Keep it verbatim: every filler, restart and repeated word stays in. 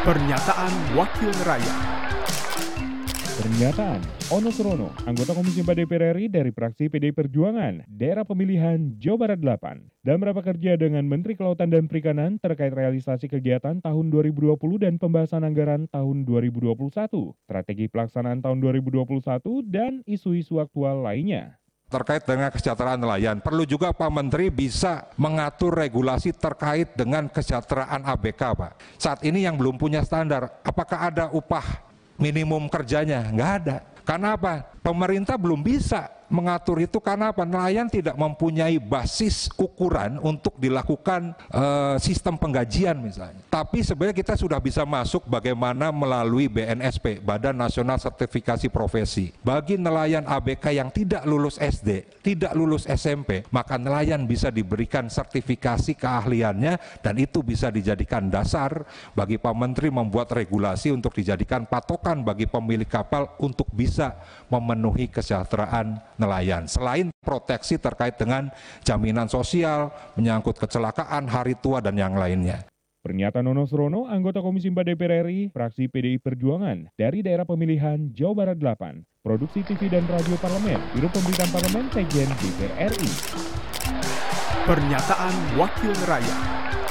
Pernyataan Wakil Rakyat. Pernyataan Ono Surono, anggota Komisi empat D P R R I dari fraksi P D I Perjuangan, daerah pemilihan Jawa Barat delapan, dalam rapat kerja dengan Menteri Kelautan dan Perikanan terkait realisasi kegiatan tahun dua ribu dua puluh dan pembahasan anggaran tahun dua ribu dua puluh satu, strategi pelaksanaan tahun dua ribu dua puluh satu, dan isu-isu aktual lainnya. Terkait dengan kesejahteraan nelayan, perlu juga Pak Menteri bisa mengatur regulasi terkait dengan kesejahteraan A B K, Pak. Saat ini yang belum punya standar, apakah ada upah minimum kerjanya? Nggak ada. Karena apa? Pemerintah belum bisa mengatur itu karena apa? Nelayan tidak mempunyai basis ukuran untuk dilakukan uh, sistem penggajian misalnya. Tapi sebenarnya kita sudah bisa masuk bagaimana melalui B N S P, Badan Nasional Sertifikasi Profesi. Bagi nelayan A B K yang tidak lulus S D, tidak lulus S M P, maka nelayan bisa diberikan sertifikasi keahliannya dan itu bisa dijadikan dasar bagi Pak Menteri membuat regulasi untuk dijadikan patokan bagi pemilik kapal untuk bisa memenuhi kesejahteraan nelayan. Selain proteksi terkait dengan jaminan sosial, menyangkut kecelakaan, hari tua, dan yang lainnya. Pernyataan Ono Surono, anggota Komisi empat D P R R I, fraksi P D I Perjuangan, dari daerah pemilihan Jawa Barat delapan, Produksi T V dan Radio Parlemen, Biro Pemberitaan Parlemen, Sekjen D P R R I. Pernyataan Wakil Rakyat.